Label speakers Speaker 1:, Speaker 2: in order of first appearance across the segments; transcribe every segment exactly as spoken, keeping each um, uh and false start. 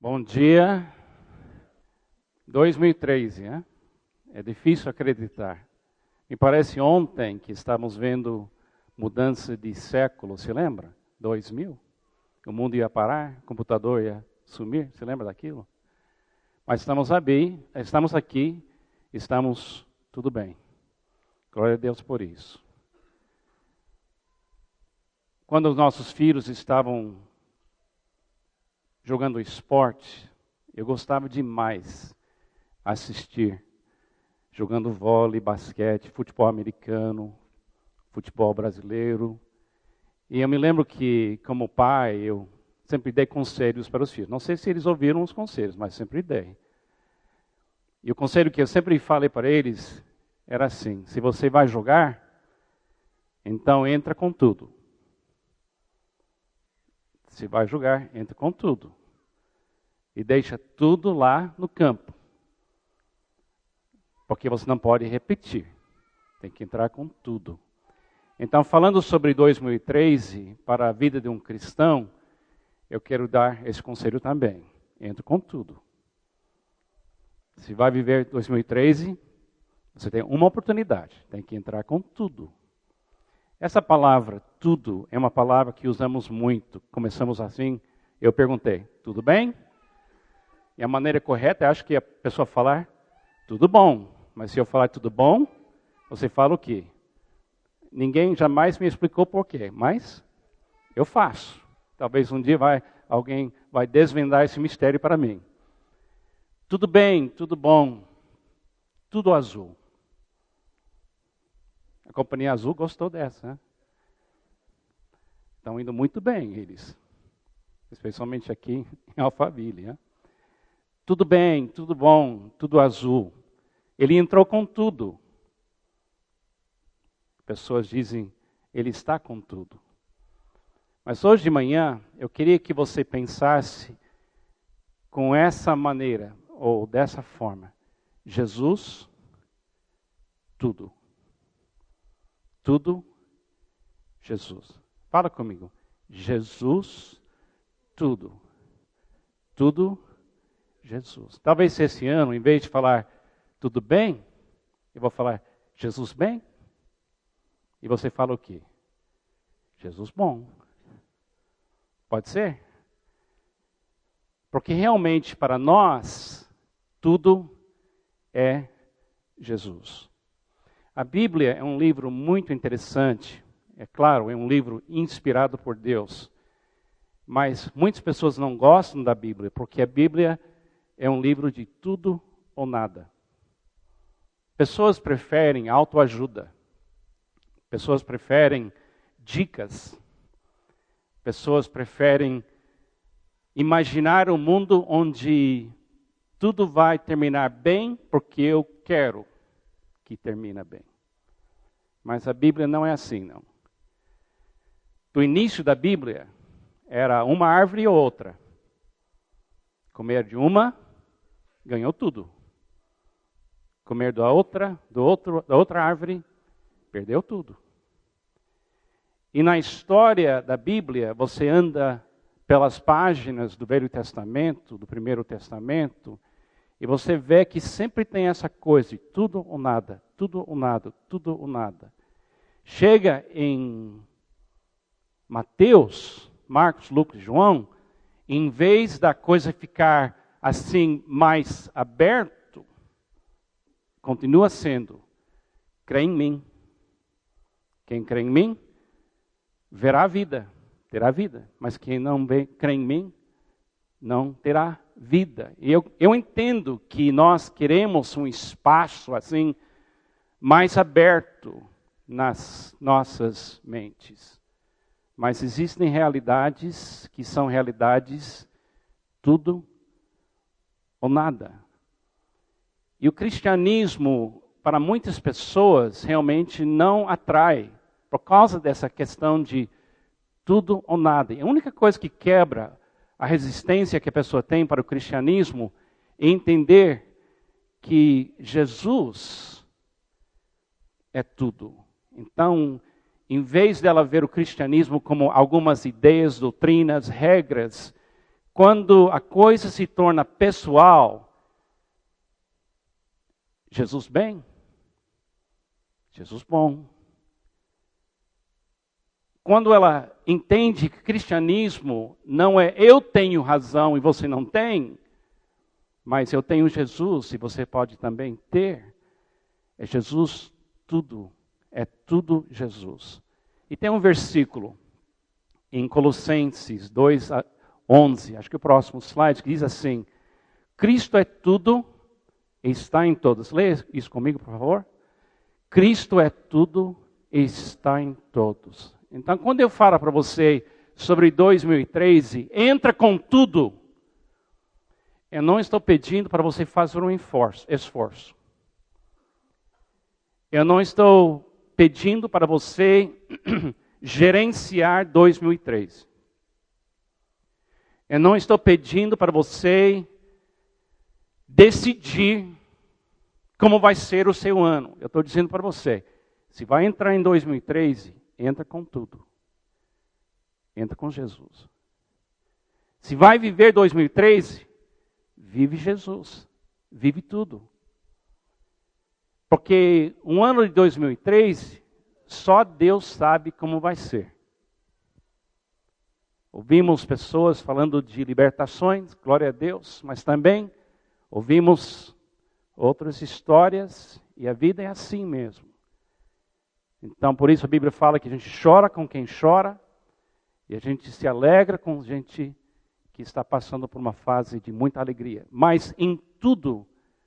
Speaker 1: Bom dia. dois mil e treze, né? É difícil acreditar. Me parece ontem que estávamos vendo mudança de século, se lembra? dois mil. O mundo ia parar, o computador ia sumir, se lembra daquilo? Mas estamos aqui, estamos aqui, estamos tudo bem. Glória a Deus por isso. Quando os nossos filhos estavam jogando esporte, eu gostava demais assistir, jogando vôlei, basquete, futebol americano, futebol brasileiro. E eu me lembro que, como pai, eu sempre dei conselhos para os filhos. Não sei se eles ouviram os conselhos, mas sempre dei. E o conselho que eu sempre falei para eles era assim: se você vai jogar, então entra com tudo. Se vai jogar, entra com tudo. E deixa tudo lá no campo. Porque você não pode repetir. Tem que entrar com tudo. Então, falando sobre dois mil e treze, para a vida de um cristão, eu quero dar esse conselho também. Entra com tudo. Se vai viver dois mil e treze, você tem uma oportunidade. Tem que entrar com tudo. Essa palavra, tudo, é uma palavra que usamos muito. Começamos assim, eu perguntei, tudo bem? E a maneira correta, eu acho que a pessoa falar, tudo bom. Mas se eu falar tudo bom, você fala o quê? Ninguém jamais me explicou por quê, mas eu faço. Talvez um dia vai, alguém vai desvendar esse mistério para mim. Tudo bem, tudo bom, tudo azul. A Companhia Azul gostou dessa, né? Estão indo muito bem eles, especialmente aqui em Alphaville, né? Tudo bem, tudo bom, tudo azul. Ele entrou com tudo. Pessoas dizem, ele está com tudo. Mas hoje de manhã, eu queria que você pensasse com essa maneira, ou dessa forma. Jesus, tudo. Tudo, Jesus. Fala comigo. Jesus, tudo. Tudo, Jesus. Talvez esse ano, em vez de falar tudo bem, eu vou falar Jesus bem. E você fala o quê? Jesus bom. Pode ser? Porque realmente para nós, tudo é Jesus. A Bíblia é um livro muito interessante. É claro, é um livro inspirado por Deus. Mas muitas pessoas não gostam da Bíblia, porque a Bíblia é um livro de tudo ou nada. Pessoas preferem autoajuda. Pessoas preferem dicas. Pessoas preferem imaginar um mundo onde tudo vai terminar bem porque eu quero que termine bem. Mas a Bíblia não é assim, não. Do início da Bíblia, era uma árvore ou outra. Comer de uma, ganhou tudo. Comer da outra, do outro, da outra árvore, perdeu tudo. E na história da Bíblia, você anda pelas páginas do Velho Testamento, do Primeiro Testamento, e você vê que sempre tem essa coisa de tudo ou nada, tudo ou nada, tudo ou nada. Chega em Mateus, Marcos, Lucas e João, em vez da coisa ficar assim mais aberto, continua sendo, crê em mim. Quem crê em mim, verá a vida, terá vida. Mas quem não vê, crê em mim, não terá vida. E eu, eu entendo que nós queremos um espaço assim, mais aberto nas nossas mentes. Mas existem realidades que são realidades tudo ou nada. E o cristianismo, para muitas pessoas, realmente não atrai, por causa dessa questão de tudo ou nada. E a única coisa que quebra a resistência que a pessoa tem para o cristianismo é entender que Jesus é tudo. Então, em vez dela ver o cristianismo como algumas ideias, doutrinas, regras, Quando a coisa se torna pessoal, Jesus bem, Jesus bom. Quando ela entende que cristianismo não é eu tenho razão e você não tem, mas eu tenho Jesus e você pode também ter, é Jesus tudo, é tudo Jesus. E tem um versículo em Colossenses dois, onze, acho que o próximo slide, que diz assim: Cristo é tudo e está em todos. Leia isso comigo, por favor. Cristo é tudo e está em todos. Então, quando eu falo para você sobre dois mil e treze, entra com tudo. Eu não estou pedindo para você fazer um esforço. Eu não estou pedindo para você gerenciar dois mil e treze. Eu não estou pedindo para você decidir como vai ser o seu ano. Eu estou dizendo para você, se vai entrar em dois mil e treze, entra com tudo. Entra com Jesus. Se vai viver dois mil e treze, vive Jesus. Vive tudo. Porque um ano de dois mil e treze, só Deus sabe como vai ser. Ouvimos pessoas falando de libertações, glória a Deus, mas também ouvimos outras histórias e a vida é assim mesmo. Então, por isso a Bíblia fala que a gente chora com quem chora e a gente se alegra com gente que está passando por uma fase de muita alegria. Mas em tudo,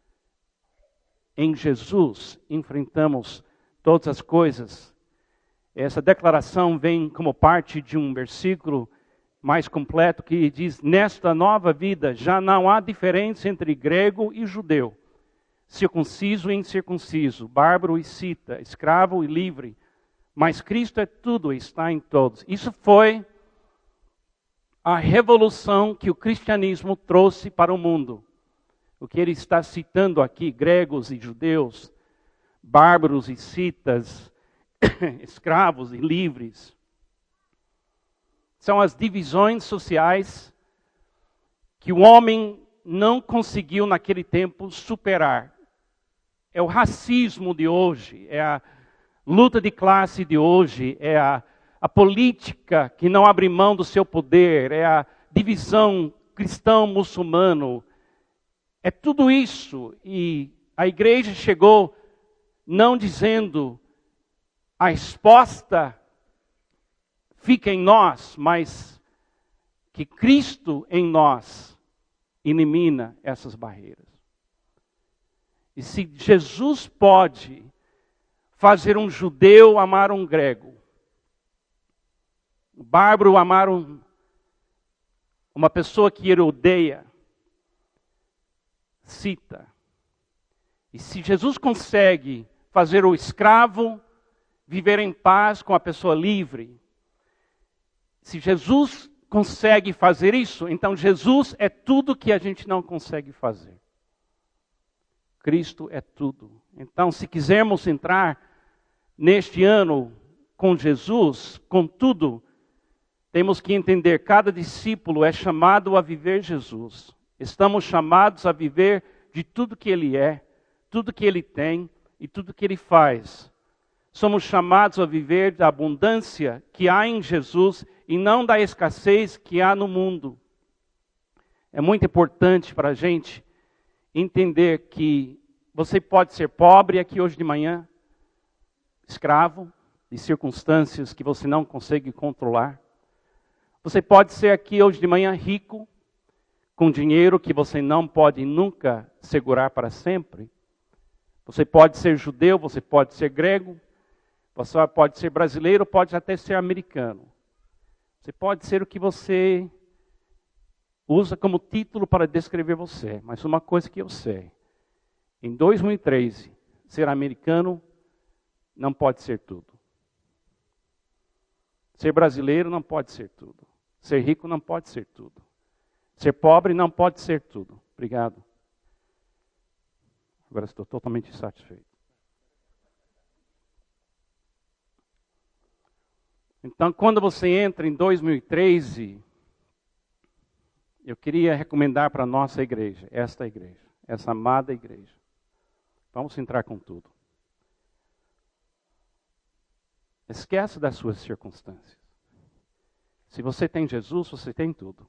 Speaker 1: em Jesus, enfrentamos todas as coisas. Essa declaração vem como parte de um versículo mais completo que diz: nesta nova vida já não há diferença entre grego e judeu, circunciso e incircunciso, bárbaro e cita, escravo e livre, mas Cristo é tudo e está em todos. Isso foi a revolução que o cristianismo trouxe para o mundo. O que ele está citando aqui, gregos e judeus, bárbaros e citas, escravos e livres, são as divisões sociais que o homem não conseguiu naquele tempo superar. É o racismo de hoje, é a luta de classe de hoje, é a, a política que não abre mão do seu poder, é a divisão cristão-muçulmano. É tudo isso. E a igreja chegou não dizendo a resposta fica em nós, mas que Cristo em nós elimina essas barreiras. E se Jesus pode fazer um judeu amar um grego, um bárbaro amar um, uma pessoa que ele odeia, cita. E se Jesus consegue fazer o escravo viver em paz com a pessoa livre, se Jesus consegue fazer isso, então Jesus é tudo que a gente não consegue fazer. Cristo é tudo. Então, se quisermos entrar neste ano com Jesus, com tudo, temos que entender, cada discípulo é chamado a viver Jesus. Estamos chamados a viver de tudo que Ele é, tudo que Ele tem e tudo que Ele faz. Somos chamados a viver da abundância que há em Jesus e não da escassez que há no mundo. É muito importante para a gente entender que você pode ser pobre aqui hoje de manhã, escravo de circunstâncias que você não consegue controlar. Você pode ser aqui hoje de manhã rico, com dinheiro que você não pode nunca segurar para sempre. Você pode ser judeu, você pode ser grego, você pode ser brasileiro, pode até ser americano. Você pode ser o que você usa como título para descrever você. Mas uma coisa que eu sei, em dois mil e treze, ser americano não pode ser tudo. Ser brasileiro não pode ser tudo. Ser rico não pode ser tudo. Ser pobre não pode ser tudo. Obrigado. Agora estou totalmente satisfeito. Então, quando você entra em dois mil e treze, eu queria recomendar para a nossa igreja, esta igreja, essa amada igreja. Vamos entrar com tudo. Esquece das suas circunstâncias. Se você tem Jesus, você tem tudo.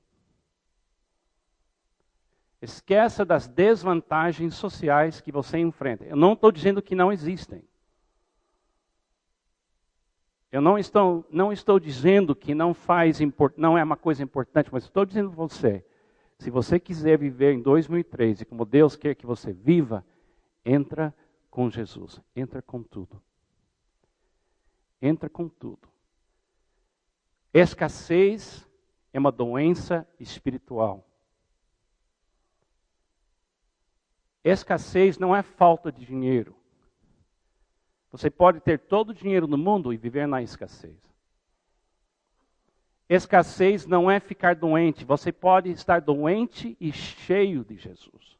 Speaker 1: Esqueça das desvantagens sociais que você enfrenta. Eu não estou dizendo que não existem. Eu não estou, não estou dizendo que não faz, não é uma coisa importante, mas estou dizendo para você, se você quiser viver em dois mil e treze, como Deus quer que você viva, entra com Jesus, entra com tudo. Entra com tudo. Escassez é uma doença espiritual. Escassez não é falta de dinheiro. Você pode ter todo o dinheiro do mundo e viver na escassez. Escassez não é ficar doente. Você pode estar doente e cheio de Jesus.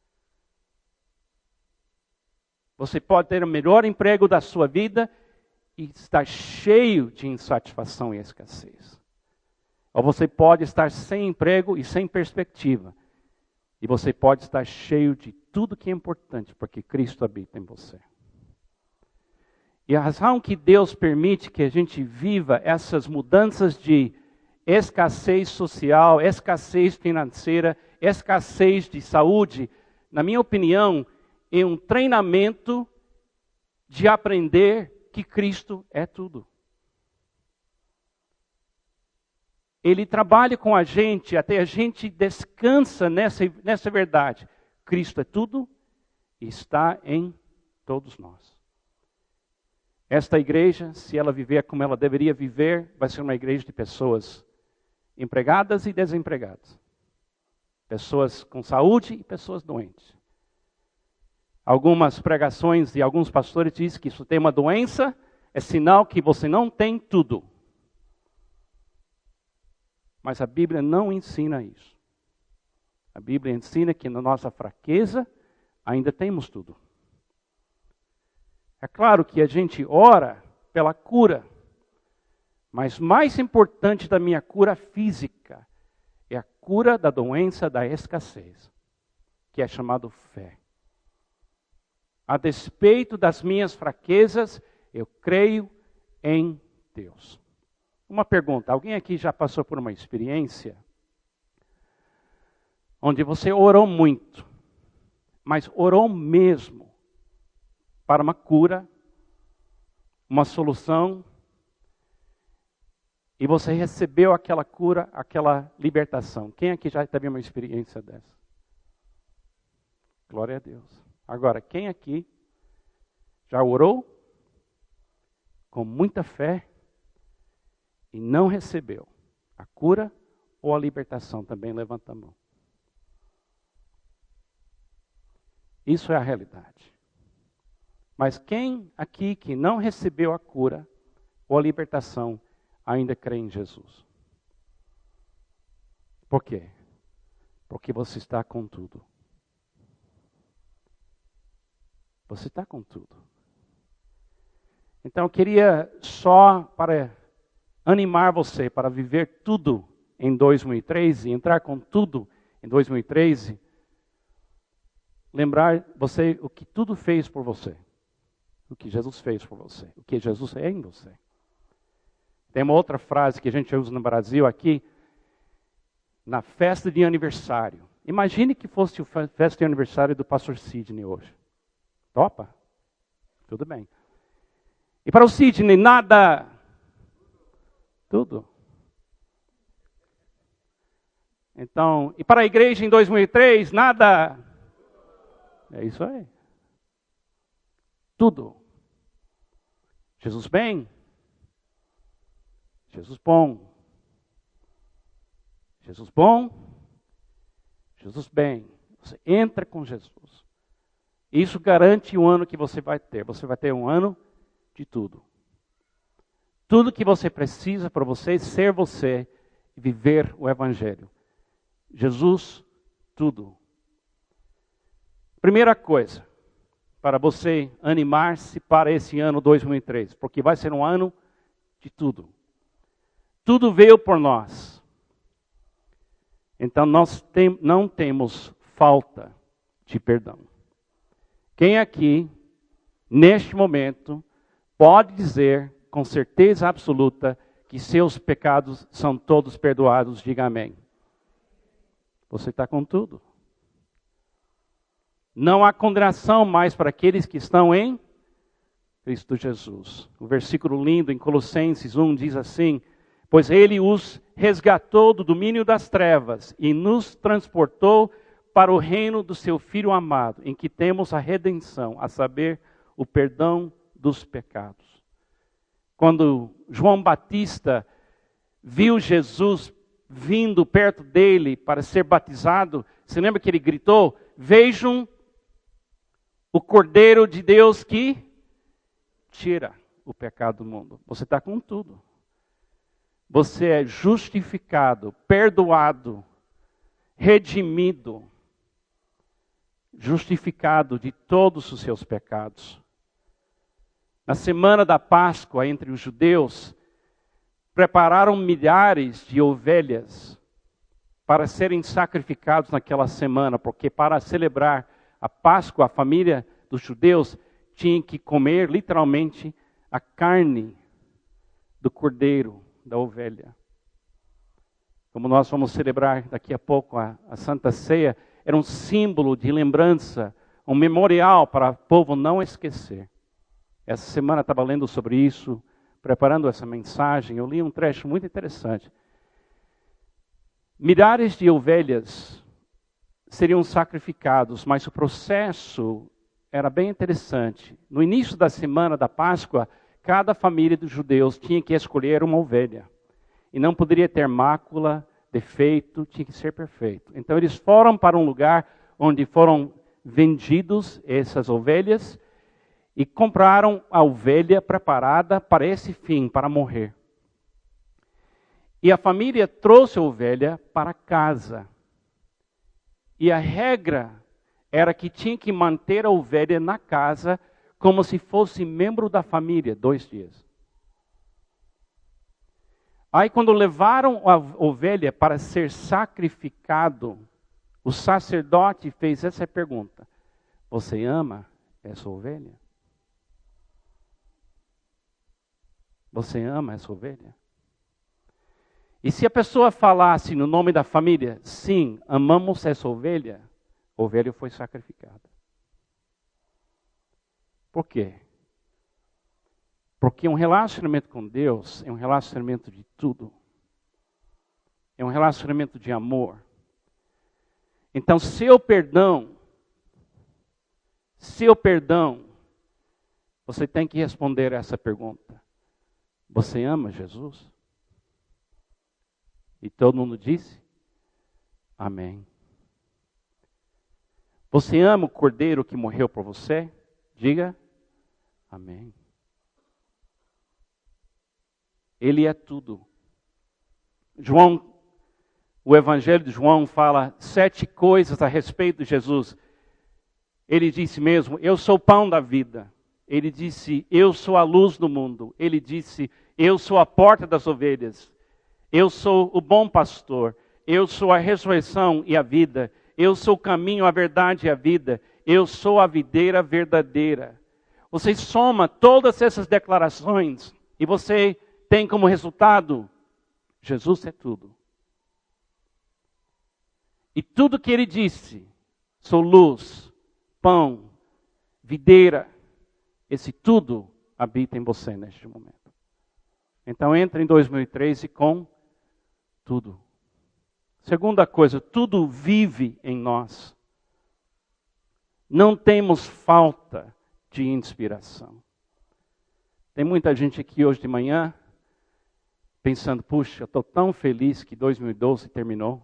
Speaker 1: Você pode ter o melhor emprego da sua vida e estar cheio de insatisfação e escassez. Ou você pode estar sem emprego e sem perspectiva. E você pode estar cheio de tudo que é importante, porque Cristo habita em você. E a razão que Deus permite que a gente viva essas mudanças de escassez social, escassez financeira, escassez de saúde, na minha opinião, é um treinamento de aprender que Cristo é tudo. Ele trabalha com a gente, até a gente descansa nessa, nessa verdade. Cristo é tudo e está em todos nós. Esta igreja, se ela viver como ela deveria viver, vai ser uma igreja de pessoas empregadas e desempregadas. Pessoas com saúde e pessoas doentes. Algumas pregações de alguns pastores dizem que isso tem uma doença, é sinal que você não tem tudo. Mas a Bíblia não ensina isso. A Bíblia ensina que na nossa fraqueza ainda temos tudo. É claro que a gente ora pela cura, mas mais importante da minha cura física é a cura da doença da escassez, que é chamado fé. A despeito das minhas fraquezas, eu creio em Deus. Uma pergunta, alguém aqui já passou por uma experiência onde você orou muito, mas orou mesmo para uma cura, uma solução, e você recebeu aquela cura, aquela libertação? Quem aqui já teve uma experiência dessa? Glória a Deus. Agora, quem aqui já orou com muita fé e não recebeu a cura ou a libertação? Também levanta a mão. Isso é a realidade. Mas quem aqui que não recebeu a cura ou a libertação ainda crê em Jesus? Por quê? Porque você está com tudo. Você está com tudo. Então eu queria só para animar você para viver tudo em dois mil e treze, entrar com tudo em dois mil e treze, lembrar você o que tudo fez por você, o que Jesus fez por você, o que Jesus é em você. Tem uma outra frase que a gente usa no Brasil aqui, na festa de aniversário. Imagine que fosse a festa de aniversário do pastor Sidney hoje. Topa? Tudo bem. E para o Sidney, nada. Tudo. Então, e para a igreja em dois mil e três, nada. É isso aí. Tudo. Jesus bem. Jesus bom. Jesus bom. Jesus bem. Você entra com Jesus. Isso garante o ano que você vai ter. Você vai ter um ano de tudo. Tudo que você precisa para você ser você e viver o Evangelho. Jesus, tudo. Primeira coisa, para você animar-se para esse ano dois mil e treze, porque vai ser um ano de tudo. Tudo veio por nós. Então nós tem, não temos falta de perdão. Quem aqui, neste momento, pode dizer com certeza absoluta que seus pecados são todos perdoados? Diga amém. Você está com tudo. Não há condenação mais para aqueles que estão em Cristo Jesus. O versículo lindo em Colossenses um diz assim: pois Ele os resgatou do domínio das trevas e nos transportou para o reino do seu Filho amado, em que temos a redenção, a saber, o perdão dos pecados. Quando João Batista viu Jesus vindo perto dele para ser batizado, você lembra que ele gritou: vejam o Cordeiro de Deus que tira o pecado do mundo. Você está com tudo. Você é justificado, perdoado, redimido, justificado de todos os seus pecados. Na semana da Páscoa, entre os judeus, prepararam milhares de ovelhas para serem sacrificados naquela semana, porque para celebrar a Páscoa, a família dos judeus tinha que comer literalmente a carne do cordeiro, da ovelha. Como nós vamos celebrar daqui a pouco a, a Santa Ceia, era um símbolo de lembrança, um memorial para o povo não esquecer. Essa semana eu estava lendo sobre isso, preparando essa mensagem, eu li um trecho muito interessante. Milhares de ovelhas seriam sacrificados, mas o processo era bem interessante. No início da semana da Páscoa, cada família dos judeus tinha que escolher uma ovelha. E não poderia ter mácula, defeito, tinha que ser perfeito. Então eles foram para um lugar onde foram vendidos essas ovelhas e compraram a ovelha preparada para esse fim, para morrer. E a família trouxe a ovelha para casa. E a regra era que tinha que manter a ovelha na casa como se fosse membro da família, dois dias. Aí quando levaram a ovelha para ser sacrificado, o sacerdote fez essa pergunta: você ama essa ovelha? Você ama essa ovelha? E se a pessoa falasse no nome da família, sim, amamos essa ovelha, a ovelha foi sacrificada. Por quê? Porque um relacionamento com Deus é um relacionamento de tudo. É um relacionamento de amor. Então, seu perdão, seu perdão, você tem que responder essa pergunta: você ama Jesus? E todo mundo disse: amém. Você ama o Cordeiro que morreu por você? Diga: amém. Ele é tudo. João, o Evangelho de João fala sete coisas a respeito de Jesus. Ele disse mesmo: eu sou o pão da vida. Ele disse: eu sou a luz do mundo. Ele disse: eu sou a porta das ovelhas. Eu sou o bom pastor. Eu sou a ressurreição e a vida. Eu sou o caminho, a verdade e a vida. Eu sou a videira verdadeira. Você soma todas essas declarações e você tem como resultado: Jesus é tudo. E tudo que ele disse, sou luz, pão, videira, esse tudo habita em você neste momento. Então entra em dois mil e treze com tudo. Segunda coisa, tudo vive em nós. Não temos falta de inspiração. Tem muita gente aqui hoje de manhã pensando: puxa, eu estou tão feliz que dois mil e doze terminou.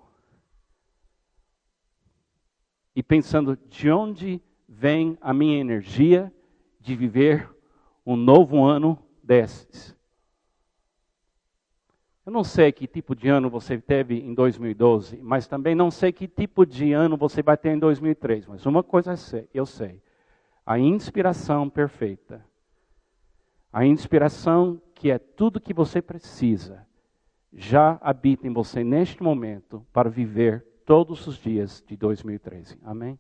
Speaker 1: E pensando: de onde vem a minha energia de viver um novo ano desses? Eu não sei que tipo de ano você teve em dois mil e doze, mas também não sei que tipo de ano você vai ter em dois mil e treze. Mas uma coisa eu sei: a inspiração perfeita, a inspiração que é tudo que você precisa, já habita em você neste momento para viver todos os dias de dois mil e treze. Amém?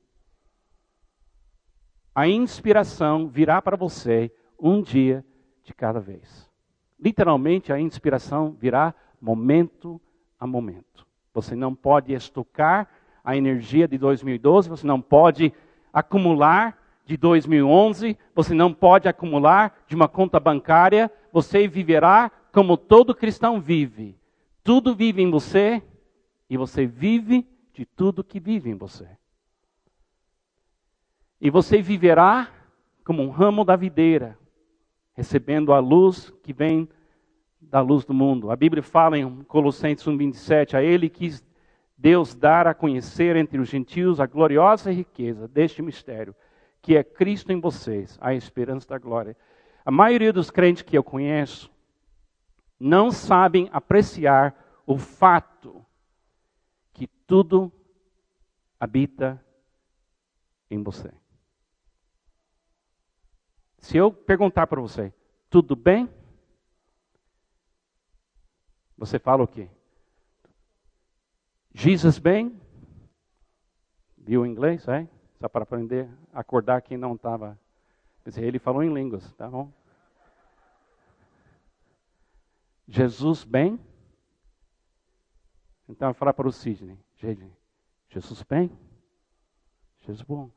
Speaker 1: A inspiração virá para você um dia de cada vez. Literalmente, a inspiração virá momento a momento. Você não pode estocar a energia de dois mil e doze, você não pode acumular de dois mil e onze, você não pode acumular de uma conta bancária, você viverá como todo cristão vive. Tudo vive em você e você vive de tudo que vive em você. E você viverá como um ramo da videira, recebendo a luz que vem da luz do mundo. A Bíblia fala em Colossenses um, vinte e sete, a Ele quis Deus dar a conhecer entre os gentios a gloriosa riqueza deste mistério, que é Cristo em vocês, a esperança da glória. A maioria dos crentes que eu conheço não sabem apreciar o fato que tudo habita em você. Se eu perguntar para você, tudo bem? Você fala o quê? Jesus bem? Viu o inglês, é? Só para aprender a acordar quem não estava. Ele falou em línguas, tá bom? Jesus bem? Então eu vou falar para o Sidney. Jesus bem? Jesus bom.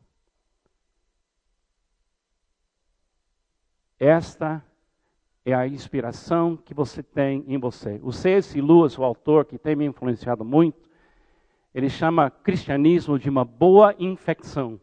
Speaker 1: Esta é a inspiração que você tem em você. O C S. Lewis, o autor que tem me influenciado muito, ele chama cristianismo de uma boa infecção.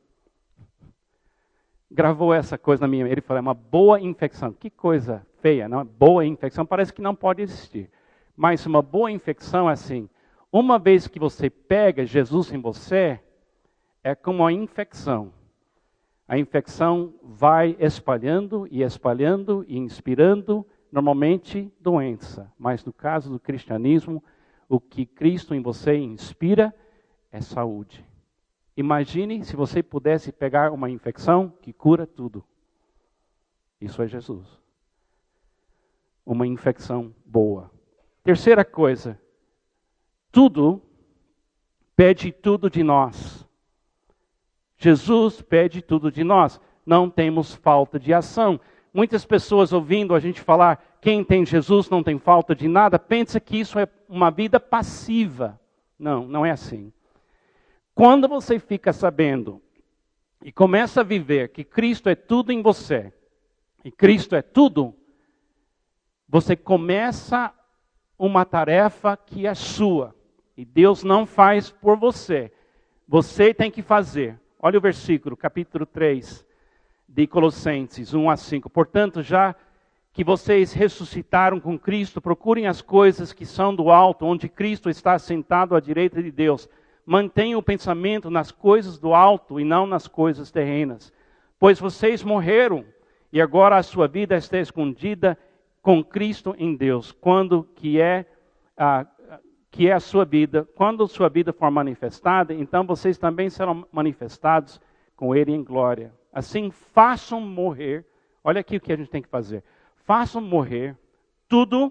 Speaker 1: Gravou essa coisa na minha... Ele falou, é uma boa infecção. Que coisa feia, não? Boa infecção parece que não pode existir. Mas uma boa infecção é assim. Uma vez que você pega Jesus em você, é como uma infecção. A infecção vai espalhando e espalhando e inspirando, normalmente, doença. Mas no caso do cristianismo, o que Cristo em você inspira é saúde. Imagine se você pudesse pegar uma infecção que cura tudo. Isso é Jesus. Uma infecção boa. Terceira coisa, tudo pede tudo de nós. Jesus pede tudo de nós. Não temos falta de ação. Muitas pessoas ouvindo a gente falar, quem tem Jesus não tem falta de nada, pensa que isso é uma vida passiva. Não, não é assim. Quando você fica sabendo e começa a viver que Cristo é tudo em você, e Cristo é tudo, você começa uma tarefa que é sua. E Deus não faz por você. Você tem que fazer. Olha o versículo, capítulo três de Colossenses um a cinco. Portanto, já que vocês ressuscitaram com Cristo, procurem as coisas que são do alto, onde Cristo está sentado à direita de Deus. Mantenham o pensamento nas coisas do alto e não nas coisas terrenas. Pois vocês morreram e agora a sua vida está escondida com Cristo em Deus. Quando que é a que é a sua vida, quando a sua vida for manifestada, então vocês também serão manifestados com Ele em glória. Assim, façam morrer, olha aqui o que a gente tem que fazer. Façam morrer tudo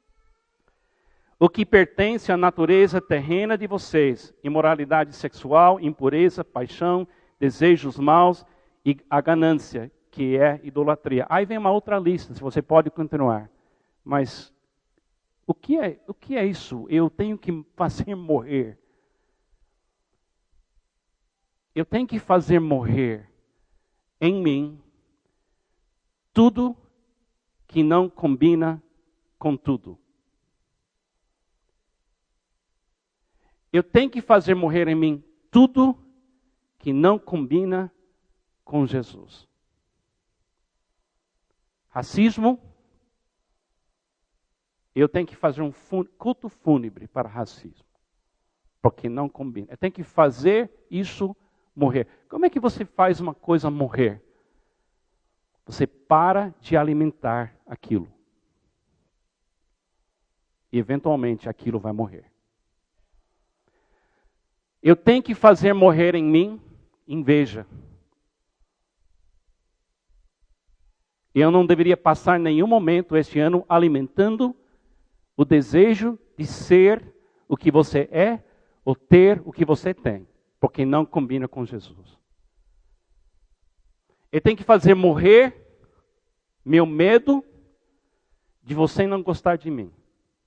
Speaker 1: o que pertence à natureza terrena de vocês. Imoralidade sexual, impureza, paixão, desejos maus e a ganância, que é idolatria. Aí vem uma outra lista, se você pode continuar. Mas o que é, o que é isso? Eu tenho que fazer morrer. Eu tenho que fazer morrer em mim tudo que não combina com tudo. Eu tenho que fazer morrer em mim tudo que não combina com Jesus. Racismo. Eu tenho que fazer um culto fúnebre para racismo. Porque não combina. Eu tenho que fazer isso morrer. Como é que você faz uma coisa morrer? Você para de alimentar aquilo. E eventualmente aquilo vai morrer. Eu tenho que fazer morrer em mim inveja. Eu não deveria passar nenhum momento este ano alimentando o desejo de ser o que você é ou ter o que você tem, porque não combina com Jesus. Eu tenho que fazer morrer meu medo de você não gostar de mim.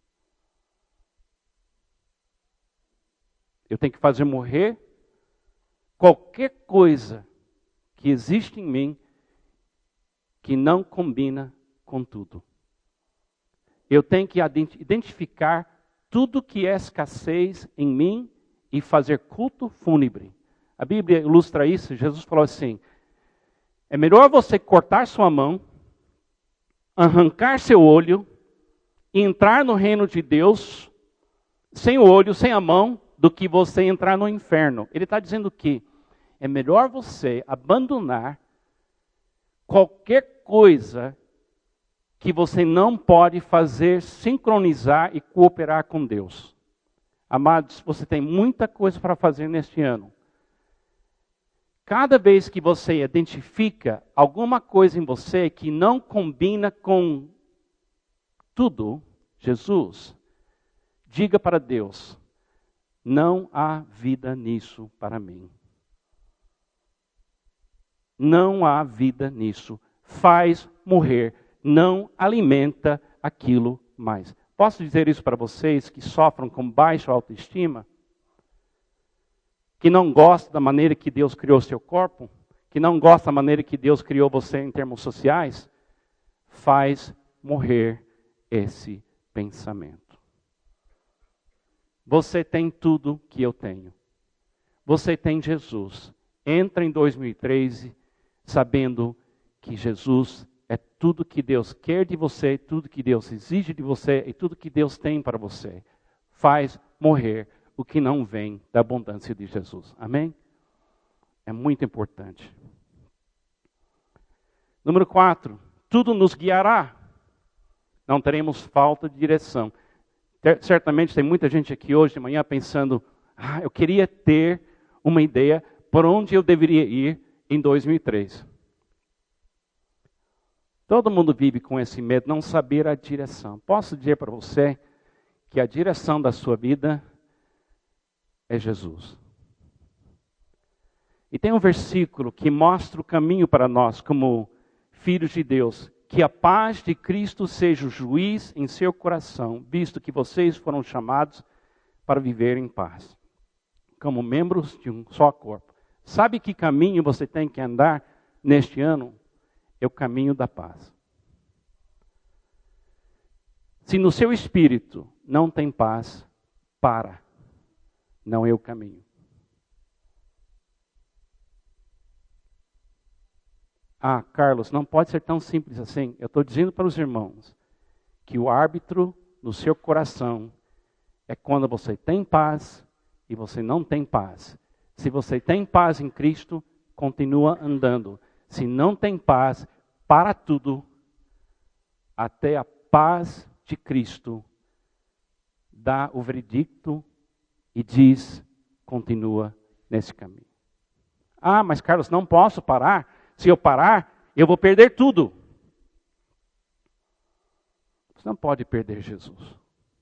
Speaker 1: Eu tenho que fazer morrer qualquer coisa que existe em mim que não combina com tudo. Eu tenho que identificar tudo que é escassez em mim e fazer culto fúnebre. A Bíblia ilustra isso. Jesus falou assim: é melhor você cortar sua mão, arrancar seu olho e entrar no reino de Deus sem o olho, sem a mão, do que você entrar no inferno. Ele está dizendo que é melhor você abandonar qualquer coisa que você não pode fazer, sincronizar e cooperar com Deus. Amados, você tem muita coisa para fazer neste ano. Cada vez que você identifica alguma coisa em você que não combina com tudo, Jesus, diga para Deus: não há vida nisso para mim. Não há vida nisso. Faz morrer. Não alimenta aquilo mais. Posso dizer isso para vocês que sofrem com baixa autoestima? Que não gostam da maneira que Deus criou seu corpo? Que não gostam da maneira que Deus criou você em termos sociais? Faz morrer esse pensamento. Você tem tudo que eu tenho. Você tem Jesus. Entra em dois mil e treze sabendo que Jesus é tudo que Deus quer de você, tudo que Deus exige de você e tudo que Deus tem para você. Faz morrer o que não vem da abundância de Jesus. Amém? É muito importante. Número quatro. Tudo nos guiará. Não teremos falta de direção. Certamente tem muita gente aqui hoje de manhã pensando: ah, eu queria ter uma ideia por onde eu deveria ir em dois mil e três. Todo mundo vive com esse medo, não saber a direção. Posso dizer para você que a direção da sua vida é Jesus. E tem um versículo que mostra o caminho para nós como filhos de Deus. Que a paz de Cristo seja o juiz em seu coração, visto que vocês foram chamados para viver em paz, como membros de um só corpo. Sabe que caminho você tem que andar neste ano? É o caminho da paz. Se no seu espírito não tem paz, para. Não é o caminho. Ah, Carlos, não pode ser tão simples assim. Eu estou dizendo para os irmãos que o árbitro no seu coração é quando você tem paz e você não tem paz. Se você tem paz em Cristo, continua andando. Se não tem paz, para tudo, até a paz de Cristo dá o veredicto e diz: continua nesse caminho. Ah, mas Carlos, não posso parar. Se eu parar, eu vou perder tudo. Você não pode perder Jesus.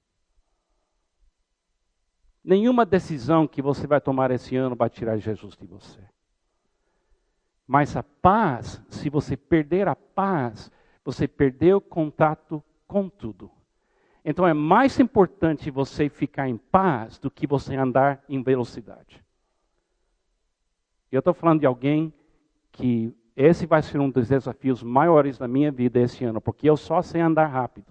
Speaker 1: Nenhuma decisão que você vai tomar esse ano vai tirar Jesus de você. Mas a paz, se você perder a paz, você perdeu contato com tudo. Então é mais importante você ficar em paz do que você andar em velocidade. Eu estou falando de alguém que esse vai ser um dos desafios maiores da minha vida esse ano, porque eu só sei andar rápido.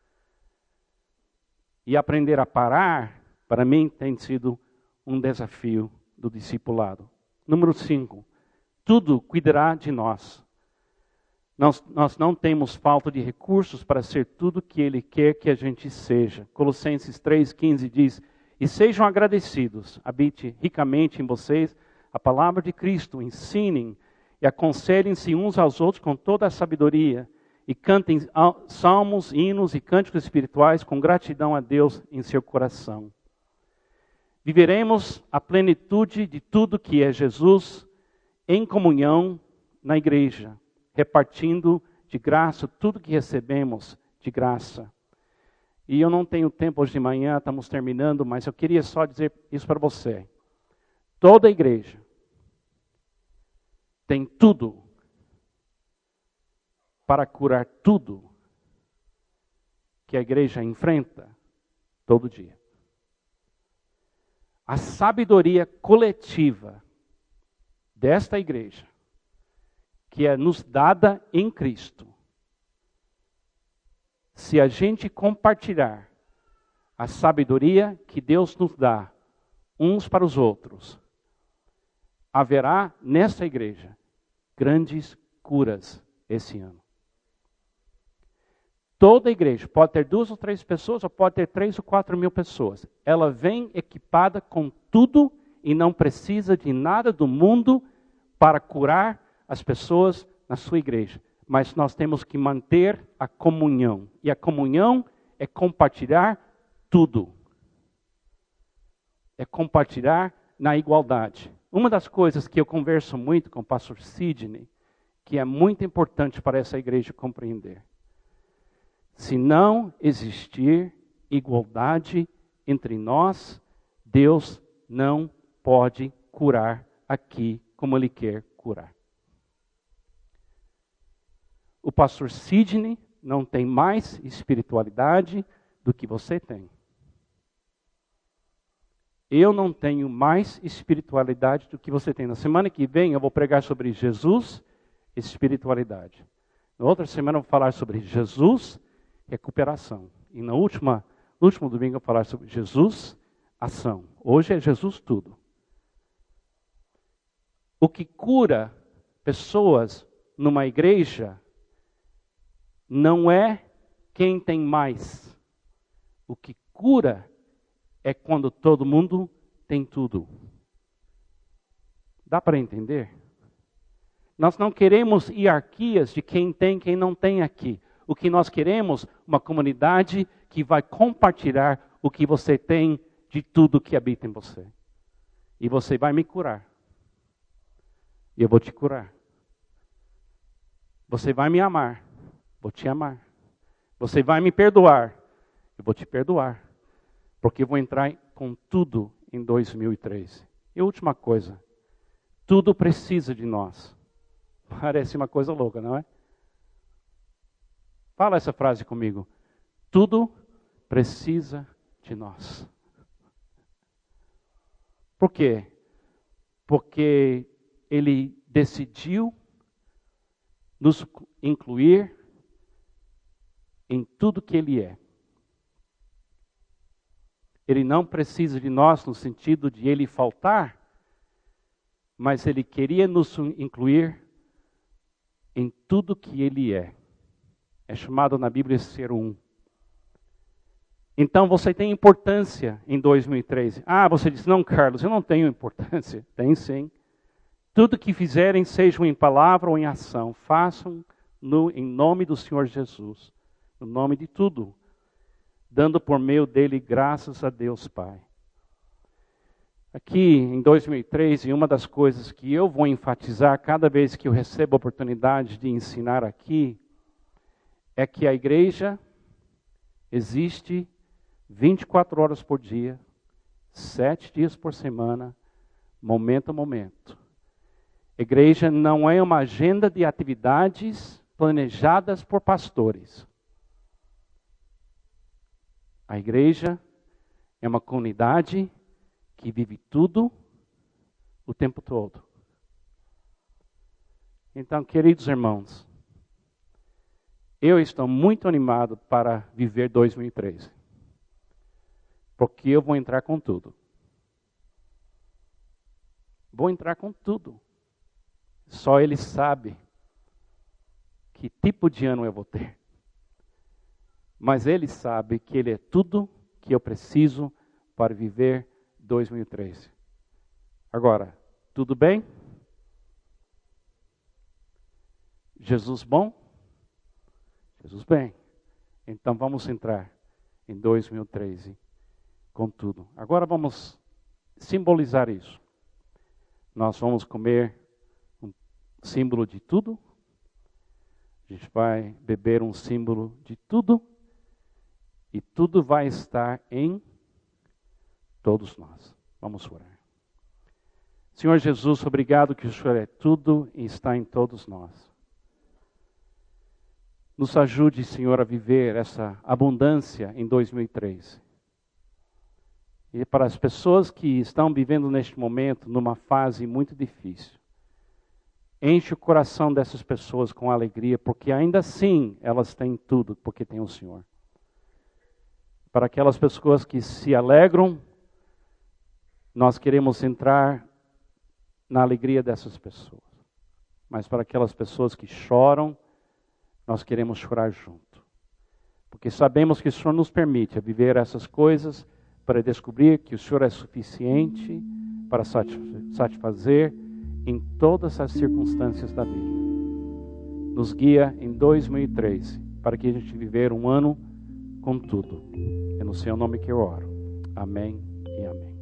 Speaker 1: E aprender a parar, para mim, tem sido um desafio do discipulado. Número cinco. Tudo cuidará de nós. Nós, nós não temos falta de recursos para ser tudo que Ele quer que a gente seja. Colossenses três, quinze diz: e sejam agradecidos, habite ricamente em vocês a palavra de Cristo, ensinem e aconselhem-se uns aos outros com toda a sabedoria, e cantem salmos, hinos e cânticos espirituais com gratidão a Deus em seu coração. Viveremos a plenitude de tudo que é Jesus em comunhão na igreja, repartindo de graça tudo que recebemos de graça. E eu não tenho tempo hoje de manhã, estamos terminando, mas eu queria só dizer isso para você. Toda igreja tem tudo para curar tudo que a igreja enfrenta todo dia. A sabedoria coletiva desta igreja, que é nos dada em Cristo, se a gente compartilhar a sabedoria que Deus nos dá uns para os outros, haverá nesta igreja grandes curas esse ano. Toda igreja pode ter duas ou três pessoas, ou pode ter três ou quatro mil pessoas. Ela vem equipada com tudo e não precisa de nada do mundo para curar as pessoas na sua igreja. Mas nós temos que manter a comunhão. E a comunhão é compartilhar tudo. É compartilhar na igualdade. Uma das coisas que eu converso muito com o pastor Sidney, que é muito importante para essa igreja compreender. Se não existir igualdade entre nós, Deus não pode curar aqui como Ele quer curar. O pastor Sidney não tem mais espiritualidade do que você tem. Eu não tenho mais espiritualidade do que você tem. Na semana que vem eu vou pregar sobre Jesus e espiritualidade. Na outra semana eu vou falar sobre Jesus e recuperação. E na última, no último domingo eu vou falar sobre Jesus, ação. Hoje é Jesus tudo. O que cura pessoas numa igreja não é quem tem mais. O que cura é quando todo mundo tem tudo. Dá para entender? Nós não queremos hierarquias de quem tem e quem não tem aqui. O que nós queremos, uma comunidade que vai compartilhar o que você tem de tudo que habita em você. E você vai me curar. E eu vou te curar. Você vai me amar. Vou te amar. Você vai me perdoar. Eu vou te perdoar. Porque eu vou entrar com tudo em dois mil e treze. E última coisa. Tudo precisa de nós. Parece uma coisa louca, não é? Fala essa frase comigo. Tudo precisa de nós. Por quê? Porque Ele decidiu nos incluir em tudo que Ele é. Ele não precisa de nós no sentido de Ele faltar, mas Ele queria nos incluir em tudo que Ele é. É chamado na Bíblia ser um. Então você tem importância em dois mil e treze. Ah, você diz, não, Carlos, eu não tenho importância. Tem sim. Tudo que fizerem, sejam em palavra ou em ação, façam no, em nome do Senhor Jesus. No nome de tudo. Dando por meio dele graças a Deus Pai. Aqui em dois mil e treze, uma das coisas que eu vou enfatizar cada vez que eu recebo a oportunidade de ensinar aqui, é que a igreja existe vinte e quatro horas por dia, sete dias por semana, momento a momento. A igreja não é uma agenda de atividades planejadas por pastores. A igreja é uma comunidade que vive tudo o tempo todo. Então, queridos irmãos, eu estou muito animado para viver dois mil e treze. Porque eu vou entrar com tudo. Vou entrar com tudo. Só Ele sabe que tipo de ano eu vou ter. Mas Ele sabe que Ele é tudo que eu preciso para viver dois mil e treze. Agora, tudo bem? Jesus bom? Jesus bem. Então vamos entrar em dois mil e treze com tudo. Agora vamos simbolizar isso. Nós vamos comer um símbolo de tudo. A gente vai beber um símbolo de tudo. E tudo vai estar em todos nós. Vamos orar. Senhor Jesus, obrigado que o Senhor é tudo e está em todos nós. Nos ajude, Senhor, a viver essa abundância em dois mil e treze. E para as pessoas que estão vivendo neste momento numa fase muito difícil, enche o coração dessas pessoas com alegria, porque ainda assim elas têm tudo, porque tem o Senhor. Para aquelas pessoas que se alegram, nós queremos entrar na alegria dessas pessoas. Mas para aquelas pessoas que choram, nós queremos chorar junto. Porque sabemos que o Senhor nos permite viver essas coisas para descobrir que o Senhor é suficiente para satisfazer em todas as circunstâncias da vida. Nos guia em dois mil e treze, para que a gente viver um ano com tudo. É no seu nome que eu oro. Amém e amém.